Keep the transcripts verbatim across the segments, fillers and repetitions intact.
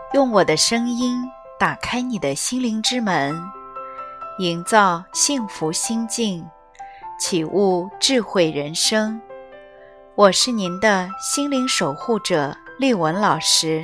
用我的声音打开你的心灵之门，营造幸福心境，启悟智慧人生。我是您的心灵守护者丽文老师。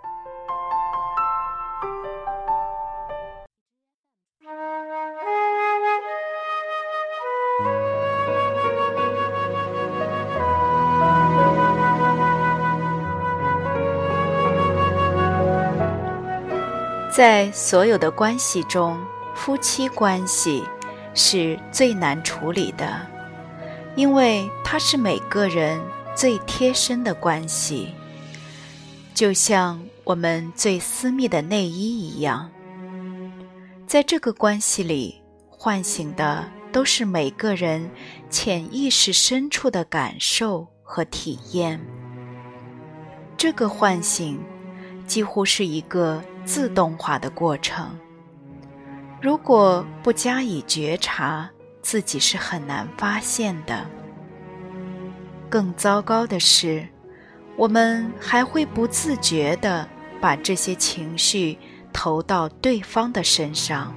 在所有的关系中，夫妻关系是最难处理的，因为它是每个人最贴身的关系，就像我们最私密的内衣一样。在这个关系里，唤醒的都是每个人潜意识深处的感受和体验。这个唤醒几乎是一个自动化的过程，如果不加以觉察，自己是很难发现的。更糟糕的是，我们还会不自觉地把这些情绪投到对方的身上。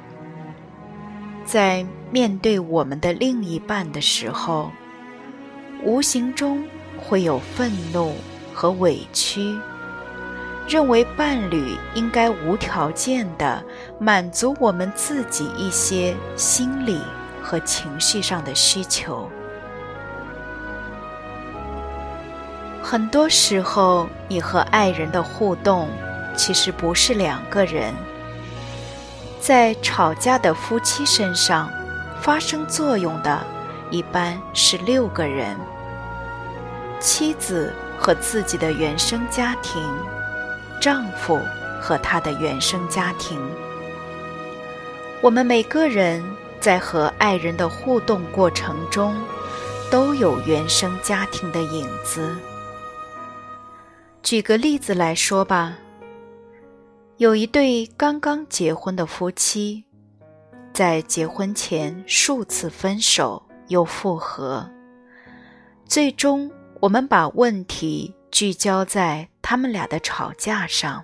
在面对我们的另一半的时候，无形中会有愤怒和委屈，认为伴侣应该无条件地满足我们自己一些心理和情绪上的需求。很多时候，你和爱人的互动其实不是两个人。在吵架的夫妻身上，发生作用的一般是六个人：妻子和自己的原生家庭，丈夫和他的原生家庭。我们每个人在和爱人的互动过程中，都有原生家庭的影子。举个例子来说吧，有一对刚刚结婚的夫妻，在结婚前数次分手又复合，最终我们把问题聚焦在他们俩的吵架上。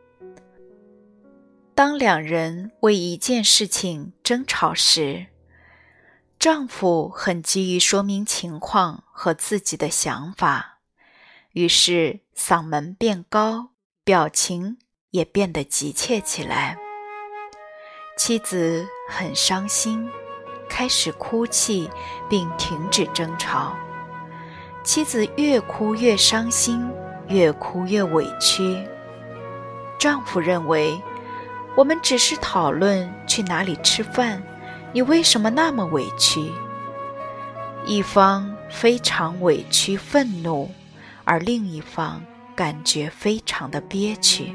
当两人为一件事情争吵时，丈夫很急于说明情况和自己的想法，于是嗓门变高，表情也变得急切起来。妻子很伤心，开始哭泣并停止争吵。妻子越哭越伤心，越哭越委屈。丈夫认为，我们只是讨论去哪里吃饭，你为什么那么委屈？一方非常委屈愤怒，而另一方感觉非常的憋屈。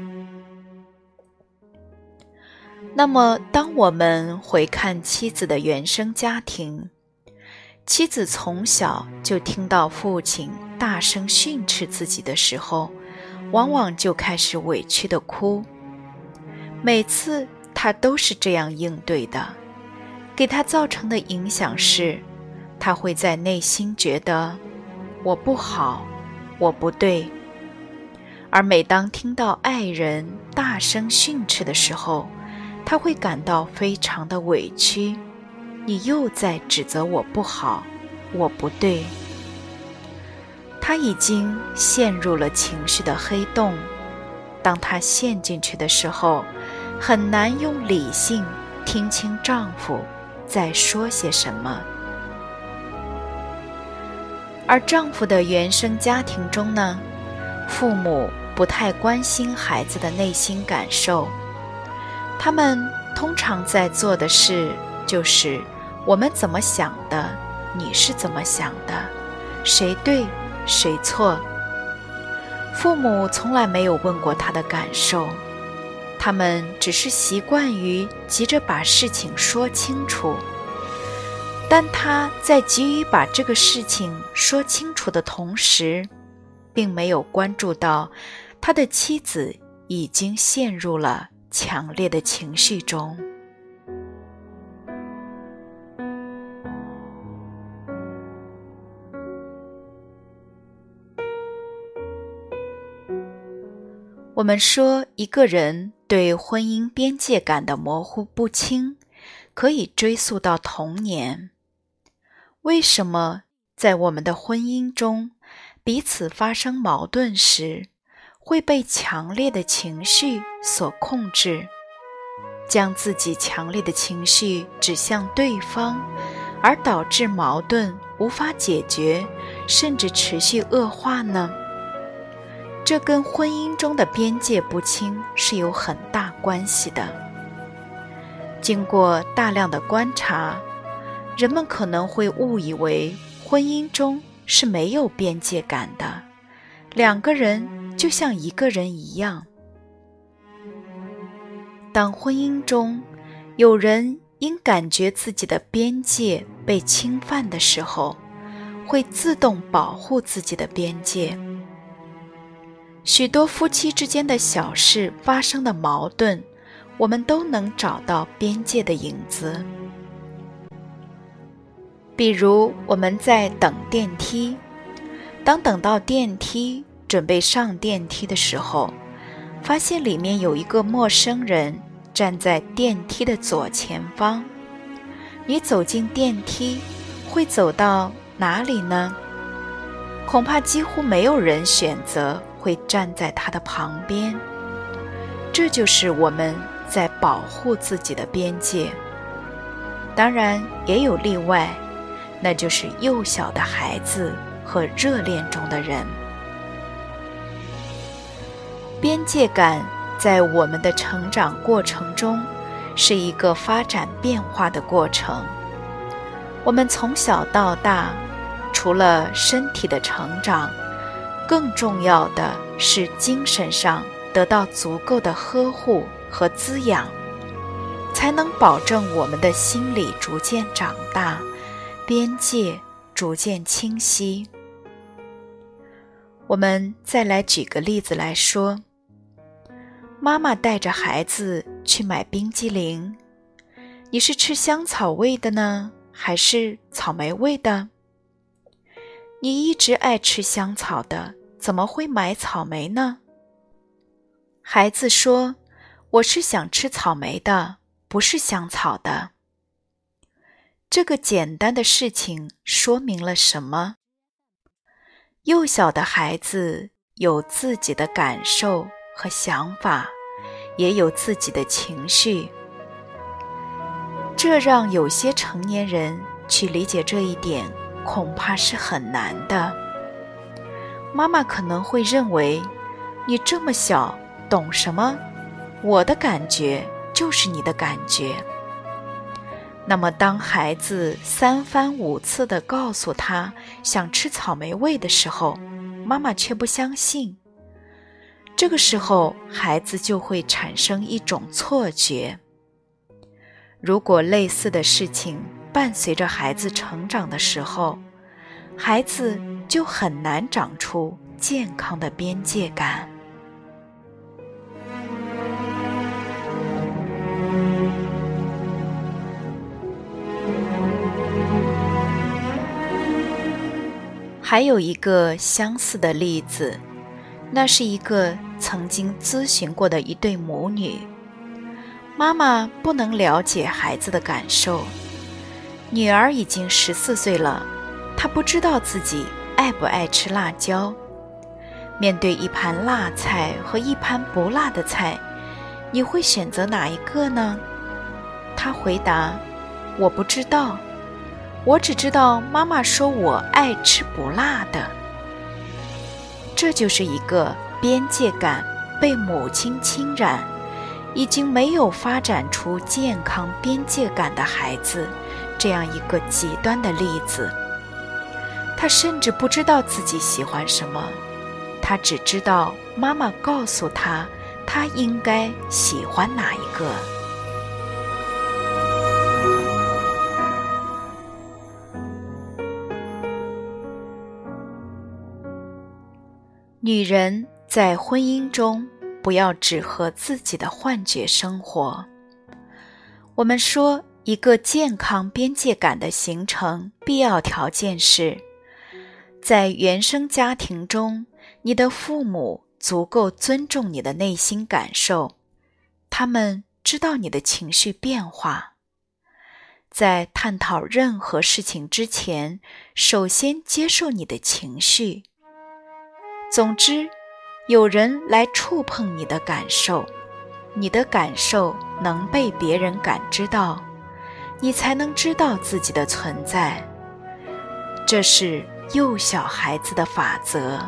那么当我们回看妻子的原生家庭，妻子从小就听到父亲大声训斥自己的时候，往往就开始委屈地哭。每次她都是这样应对的，给她造成的影响是，她会在内心觉得我不好，我不对。而每当听到爱人大声训斥的时候，她会感到非常的委屈，你又在指责我不好，我不对。她已经陷入了情绪的黑洞，当她陷进去的时候，很难用理性听清丈夫在说些什么。而丈夫的原生家庭中呢，父母不太关心孩子的内心感受，他们通常在做的事就是我们怎么想的，你是怎么想的，谁对谁错。父母从来没有问过他的感受，他们只是习惯于急着把事情说清楚。但他在急于把这个事情说清楚的同时，并没有关注到他的妻子已经陷入了强烈的情绪中。 我们说一个人对婚姻边界感的模糊不清，可以追溯到童年。为什么在我们的婚姻中，彼此发生矛盾时，会被强烈的情绪所控制，将自己强烈的情绪指向对方，而导致矛盾无法解决，甚至持续恶化呢？这跟婚姻中的边界不清是有很大关系的。经过大量的观察，人们可能会误以为婚姻中是没有边界感的，两个人就像一个人一样。当婚姻中有人因感觉自己的边界被侵犯的时候，会自动保护自己的边界。许多夫妻之间的小事发生的矛盾，我们都能找到边界的影子。比如我们在等电梯，当等到电梯准备上电梯的时候，发现里面有一个陌生人站在电梯的左前方。你走进电梯，会走到哪里呢？恐怕几乎没有人选择会站在他的旁边。这就是我们在保护自己的边界。当然也有例外，那就是幼小的孩子和热恋中的人。边界感在我们的成长过程中是一个发展变化的过程。我们从小到大，除了身体的成长，更重要的是精神上得到足够的呵护和滋养，才能保证我们的心理逐渐长大，边界逐渐清晰。我们再来举个例子来说，妈妈带着孩子去买冰激凌，你是吃香草味的呢，还是草莓味的？你一直爱吃香草的，怎么会买草莓呢？孩子说，我是想吃草莓的，不是香草的。这个简单的事情说明了什么？幼小的孩子有自己的感受和想法，也有自己的情绪。这让有些成年人去理解这一点，恐怕是很难的。妈妈可能会认为，你这么小，懂什么？我的感觉就是你的感觉。那么当孩子三番五次地告诉他想吃草莓味的时候，妈妈却不相信。这个时候，孩子就会产生一种错觉。如果类似的事情伴随着孩子成长的时候，孩子就很难长出健康的边界感。还有一个相似的例子，那是一个曾经咨询过的一对母女。妈妈不能了解孩子的感受，女儿已经十四岁了，她不知道自己爱不爱吃辣椒。面对一盘辣菜和一盘不辣的菜，你会选择哪一个呢？她回答，我不知道，我只知道妈妈说我爱吃不辣的。这就是一个边界感被母亲侵染，已经没有发展出健康边界感的孩子，这样一个极端的例子。他甚至不知道自己喜欢什么，他只知道妈妈告诉他，他应该喜欢哪一个。女人在婚姻中不要只和自己的幻觉生活。我们说，一个健康边界感的形成必要条件是，在原生家庭中，你的父母足够尊重你的内心感受，他们知道你的情绪变化。在探讨任何事情之前，首先接受你的情绪。总之，有人来触碰你的感受，你的感受能被别人感知到，你才能知道自己的存在。这是幼小孩子的法则。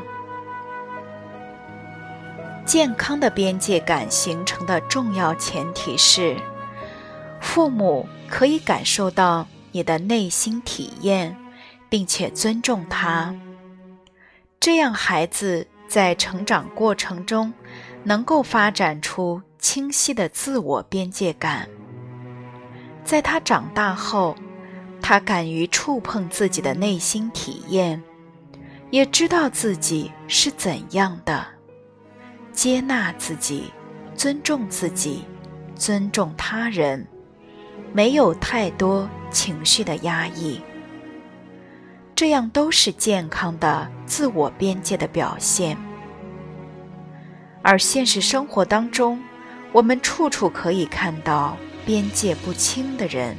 健康的边界感形成的重要前提是，父母可以感受到你的内心体验，并且尊重它。这样孩子在成长过程中能够发展出清晰的自我边界感。在他长大后，他敢于触碰自己的内心体验，也知道自己是怎样的，接纳自己，尊重自己，尊重他人，没有太多情绪的压抑。这样都是健康的自我边界的表现。而现实生活当中，我们处处可以看到边界不清的人。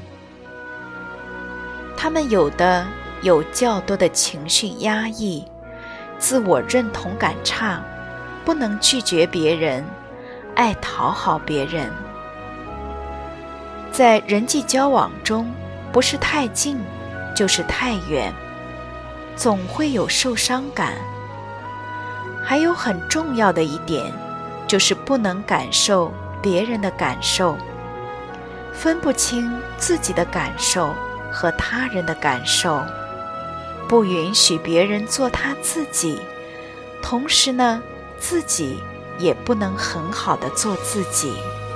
他们有的有较多的情绪压抑，自我认同感差，不能拒绝别人，爱讨好别人。在人际交往中，不是太近，就是太远，总会有受伤感。还有很重要的一点，就是不能感受别人的感受，分不清自己的感受和他人的感受，不允许别人做他自己，同时呢，自己也不能很好地做自己。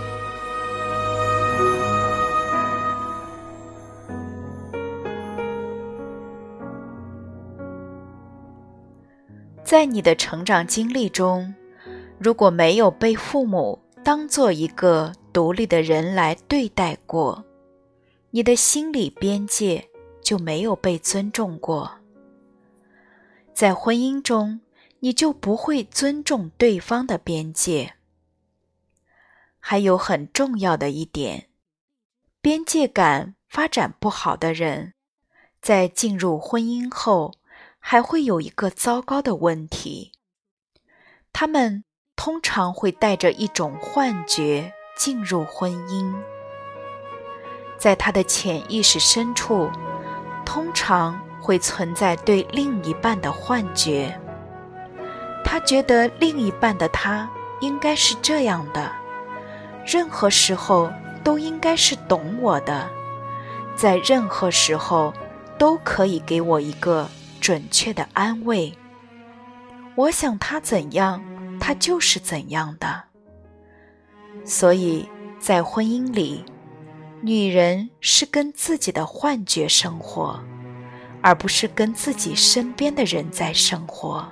在你的成长经历中，如果没有被父母当作一个独立的人来对待过，你的心理边界就没有被尊重过。在婚姻中，你就不会尊重对方的边界。还有很重要的一点，边界感发展不好的人，在进入婚姻后，还会有一个糟糕的问题，他们通常会带着一种幻觉进入婚姻。在他的潜意识深处，通常会存在对另一半的幻觉。他觉得另一半的他应该是这样的，任何时候都应该是懂我的，在任何时候都可以给我一个准确的安慰。我想他怎样，他就是怎样的。所以在婚姻里，女人是跟自己的幻觉生活，而不是跟自己身边的人在生活。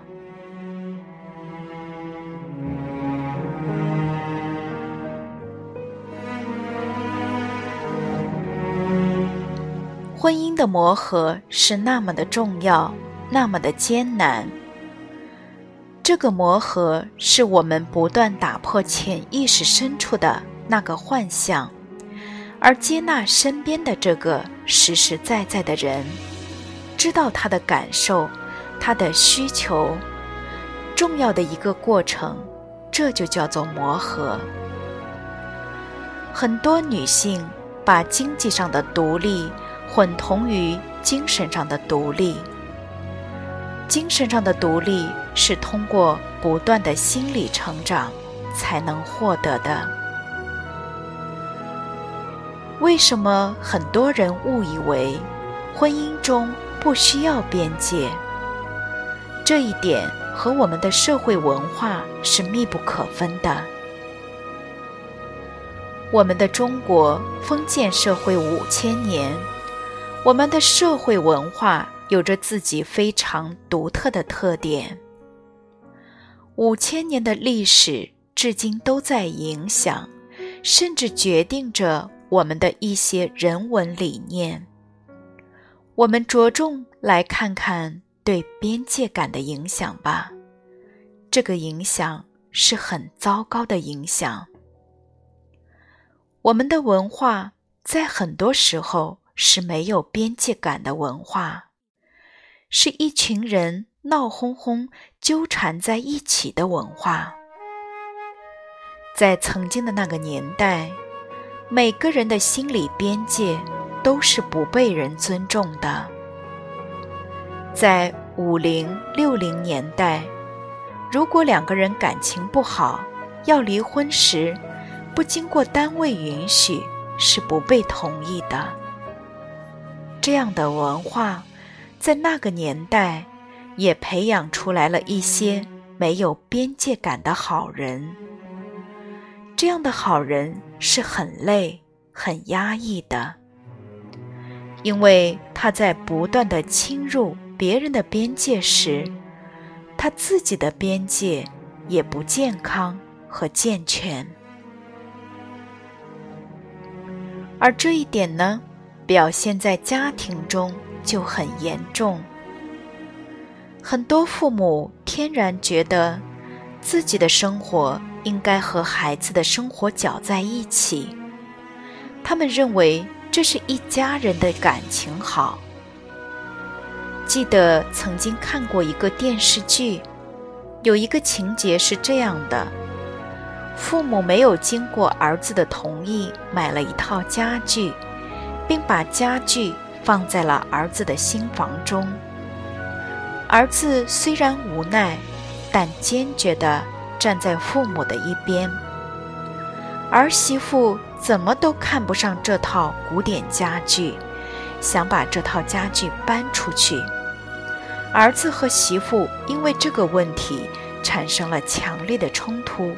婚姻的磨合是那么的重要，那么的艰难。这个磨合是我们不断打破潜意识深处的那个幻象，而接纳身边的这个实实在在的人，知道他的感受，他的需求，重要的一个过程，这就叫做磨合。很多女性把经济上的独立混同于精神上的独立。精神上的独立是通过不断的心理成长才能获得的。为什么很多人误以为婚姻中不需要边界？这一点和我们的社会文化是密不可分的。我们的中国封建社会五千年，我们的社会文化有着自己非常独特的特点。五千年的历史至今都在影响，甚至决定着我们的一些人文理念。我们着重来看看对边界感的影响吧。这个影响是很糟糕的影响。我们的文化在很多时候是没有边界感的文化，是一群人闹哄哄纠缠在一起的文化。在曾经的那个年代，每个人的心理边界都是不被人尊重的。在五零、六零年代，如果两个人感情不好，要离婚时，不经过单位允许是不被同意的。这样的文化，在那个年代，也培养出来了一些没有边界感的好人。这样的好人是很累、很压抑的，因为他在不断地侵入别人的边界时，他自己的边界也不健康和健全。而这一点呢，表现在家庭中就很严重。很多父母天然觉得自己的生活应该和孩子的生活搅在一起，他们认为这是一家人的感情好。记得曾经看过一个电视剧，有一个情节是这样的：父母没有经过儿子的同意买了一套家具，并把家具放在了儿子的新房中。儿子虽然无奈，但坚决地站在父母的一边。儿媳妇怎么都看不上这套古典家具，想把这套家具搬出去。儿子和媳妇因为这个问题产生了强烈的冲突。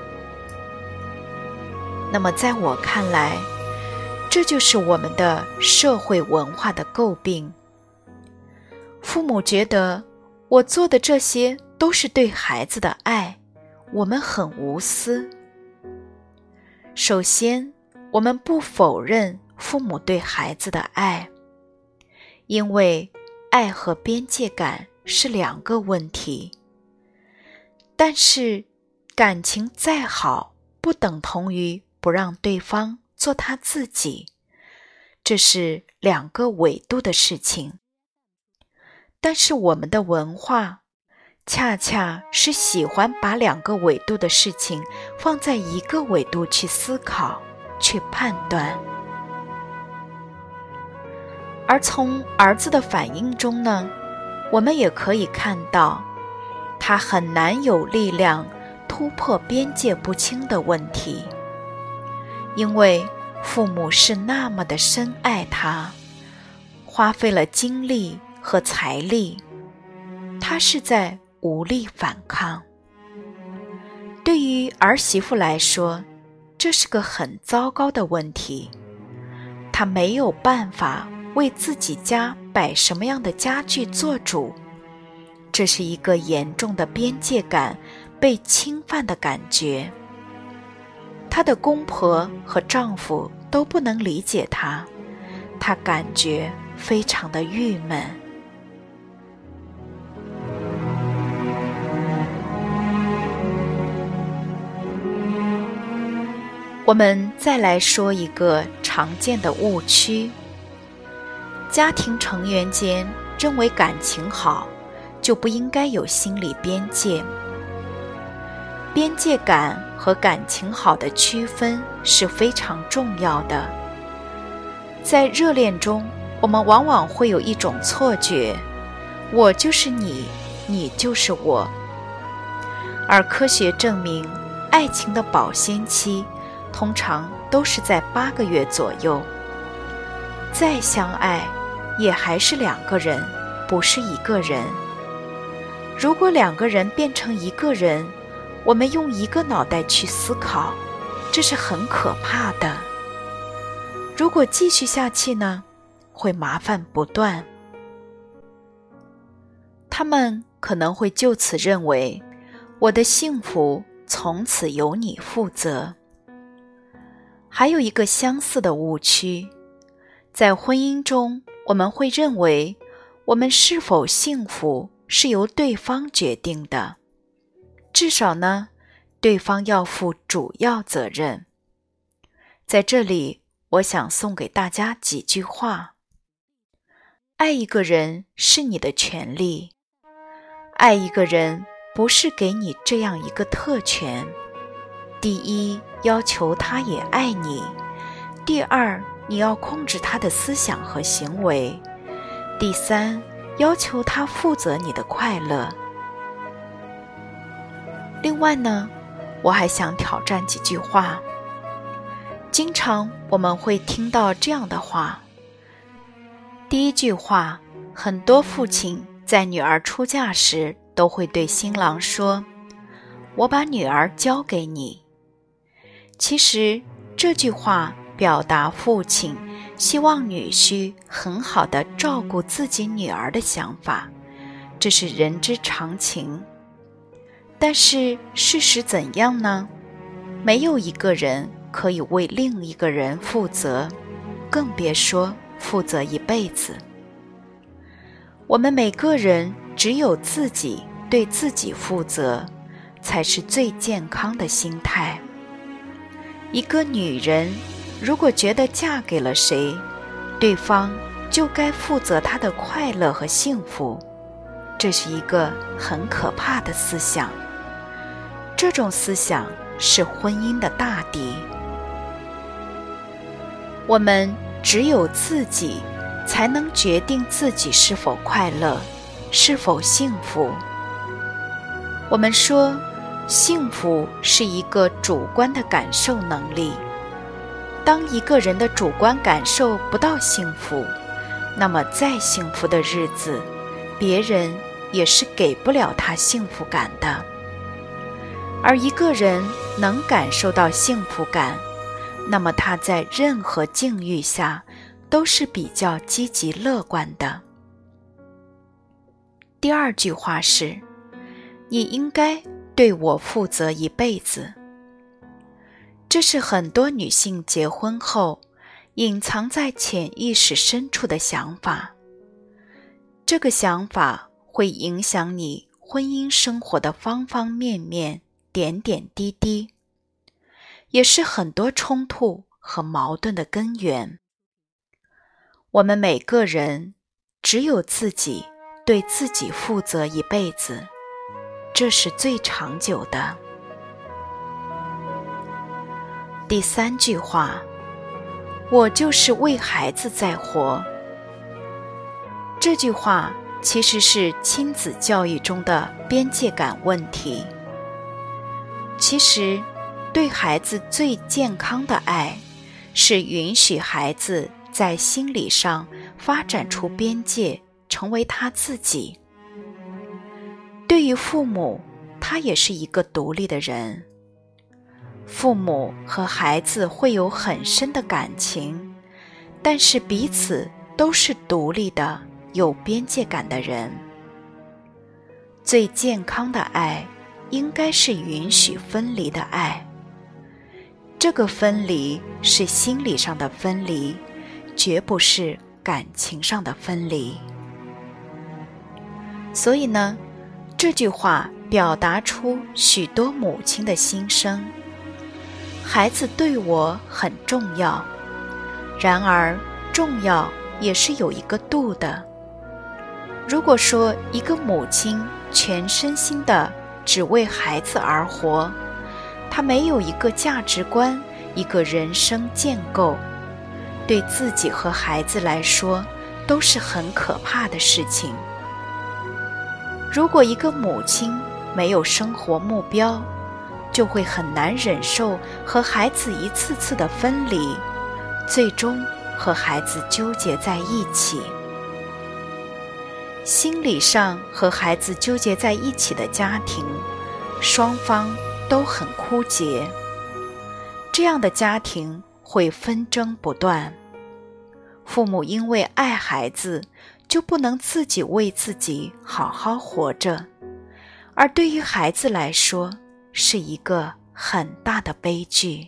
那么在我看来，这就是我们的社会文化的诟病。父母觉得我做的这些都是对孩子的爱，我们很无私。首先，我们不否认父母对孩子的爱，因为爱和边界感是两个问题。但是，感情再好，不等同于不让对方做他自己，这是两个维度的事情。但是我们的文化恰恰是喜欢把两个维度的事情放在一个维度去思考、去判断。而从儿子的反应中呢，我们也可以看到，他很难有力量突破边界不清的问题，因为父母是那么的深爱他，花费了精力和财力，他是在无力反抗。对于儿媳妇来说，这是个很糟糕的问题，她没有办法为自己家摆什么样的家具做主，这是一个严重的边界感被侵犯的感觉。她的公婆和丈夫都不能理解她，她感觉非常的郁闷。我们再来说一个常见的误区。家庭成员间认为感情好，就不应该有心理边界。边界感和感情好的区分是非常重要的。在热恋中，我们往往会有一种错觉，我就是你，你就是我。而科学证明，爱情的保鲜期通常都是在八个月左右。再相爱，也还是两个人，不是一个人。如果两个人变成一个人，我们用一个脑袋去思考，这是很可怕的。如果继续下去呢，会麻烦不断。他们可能会就此认为，我的幸福从此由你负责。还有一个相似的误区，在婚姻中，我们会认为我们是否幸福是由对方决定的，至少呢， 对方要负主要责任。在这里，我想送给大家几句话。爱一个人是你的权利，爱一个人不是给你这样一个特权。第一，要求他也爱你；第二，你要控制他的思想和行为；第三，要求他负责你的快乐。另外呢，我还想挑战几句话。经常我们会听到这样的话。第一句话，很多父亲在女儿出嫁时都会对新郎说：我把女儿交给你。其实这句话表达父亲希望女婿很好地照顾自己女儿的想法，这是人之常情。但是事实怎样呢？没有一个人可以为另一个人负责，更别说负责一辈子。我们每个人只有自己对自己负责，才是最健康的心态。一个女人如果觉得嫁给了谁，对方就该负责她的快乐和幸福，这是一个很可怕的思想。这种思想是婚姻的大敌。我们只有自己才能决定自己是否快乐，是否幸福。我们说，幸福是一个主观的感受能力。当一个人的主观感受不到幸福，那么再幸福的日子，别人也是给不了他幸福感的。而一个人能感受到幸福感，那么他在任何境遇下都是比较积极乐观的。第二句话是，你应该对我负责一辈子。这是很多女性结婚后隐藏在潜意识深处的想法。这个想法会影响你婚姻生活的方方面面，点点滴滴，也是很多冲突和矛盾的根源。我们每个人只有自己对自己负责一辈子，这是最长久的。第三句话，我就是为孩子在活。这句话其实是亲子教育中的边界感问题。其实，对孩子最健康的爱，是允许孩子在心理上发展出边界，成为他自己。对于父母，他也是一个独立的人。父母和孩子会有很深的感情，但是彼此都是独立的、有边界感的人。最健康的爱，应该是允许分离的爱。这个分离是心理上的分离，绝不是感情上的分离。所以呢，这句话表达出许多母亲的心声。孩子对我很重要，然而重要也是有一个度的。如果说一个母亲全身心的只为孩子而活，她没有一个价值观，一个人生建构，对自己和孩子来说都是很可怕的事情。如果一个母亲没有生活目标，就会很难忍受和孩子一次次的分离，最终和孩子纠结在一起。心理上和孩子纠结在一起的家庭，双方都很枯竭，这样的家庭会纷争不断。父母因为爱孩子，就不能自己为自己好好活着，而对于孩子来说，是一个很大的悲剧。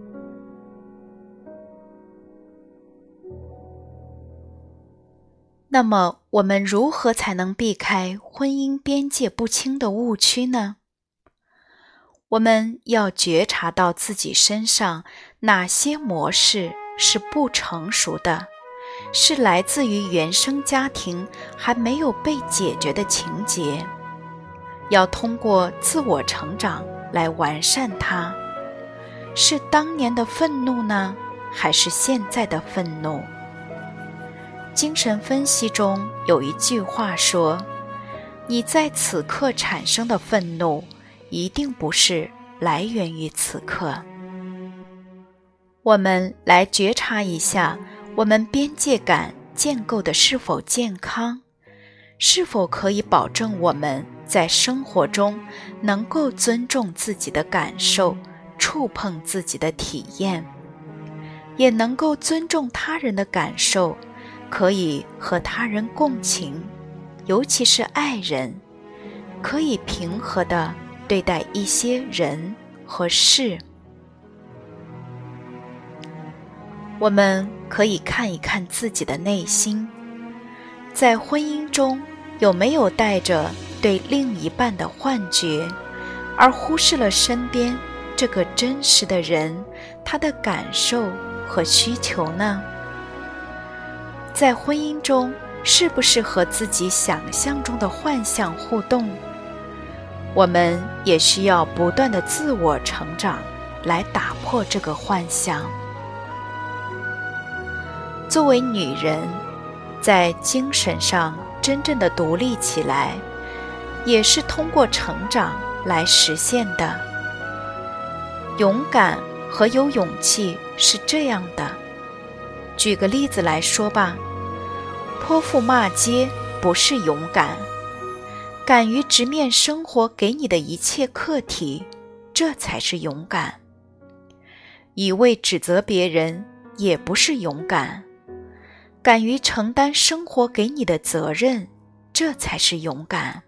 那那么我们如何才能避开婚姻边界不清的误区呢？我们要觉察到自己身上哪些模式是不成熟的，是来自于原生家庭还没有被解决的情节，要通过自我成长来完善它。是当年的愤怒呢，还是现在的愤怒？精神分析中有一句话说，你在此刻产生的愤怒一定不是来源于此刻。我们来觉察一下，我们边界感建构的是否健康，是否可以保证我们在生活中能够尊重自己的感受，触碰自己的体验，也能够尊重他人的感受，可以和他人共情，尤其是爱人，可以平和地对待一些人和事。我们可以看一看自己的内心，在婚姻中有没有带着对另一半的幻觉，而忽视了身边这个真实的人，他的感受和需求呢？在婚姻中，是不是和自己想象中的幻象互动？我们也需要不断的自我成长，来打破这个幻象。作为女人，在精神上真正的独立起来，也是通过成长来实现的。勇敢和有勇气是这样的，举个例子来说吧，泼妇骂街不是勇敢，敢于直面生活给你的一切课题，这才是勇敢。一味指责别人也不是勇敢，敢于承担生活给你的责任，这才是勇敢。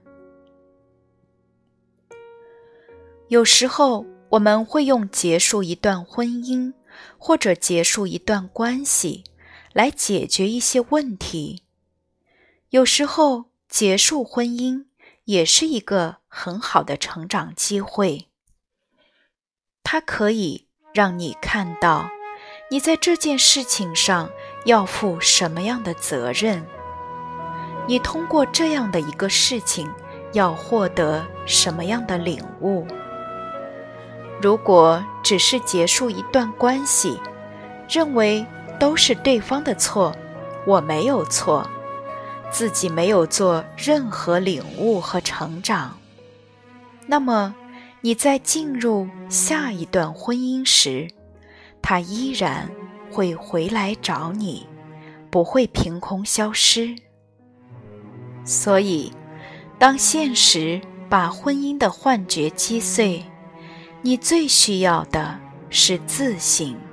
有时候我们会用结束一段婚姻或者结束一段关系来解决一些问题，有时候结束婚姻也是一个很好的成长机会，它可以让你看到你在这件事情上要负什么样的责任，你通过这样的一个事情要获得什么样的领悟。如果只是结束一段关系，认为都是对方的错，我没有错，自己没有做任何领悟和成长，那么你在进入下一段婚姻时，他依然会回来找你，不会凭空消失。所以，当现实把婚姻的幻觉击碎，你最需要的是自省。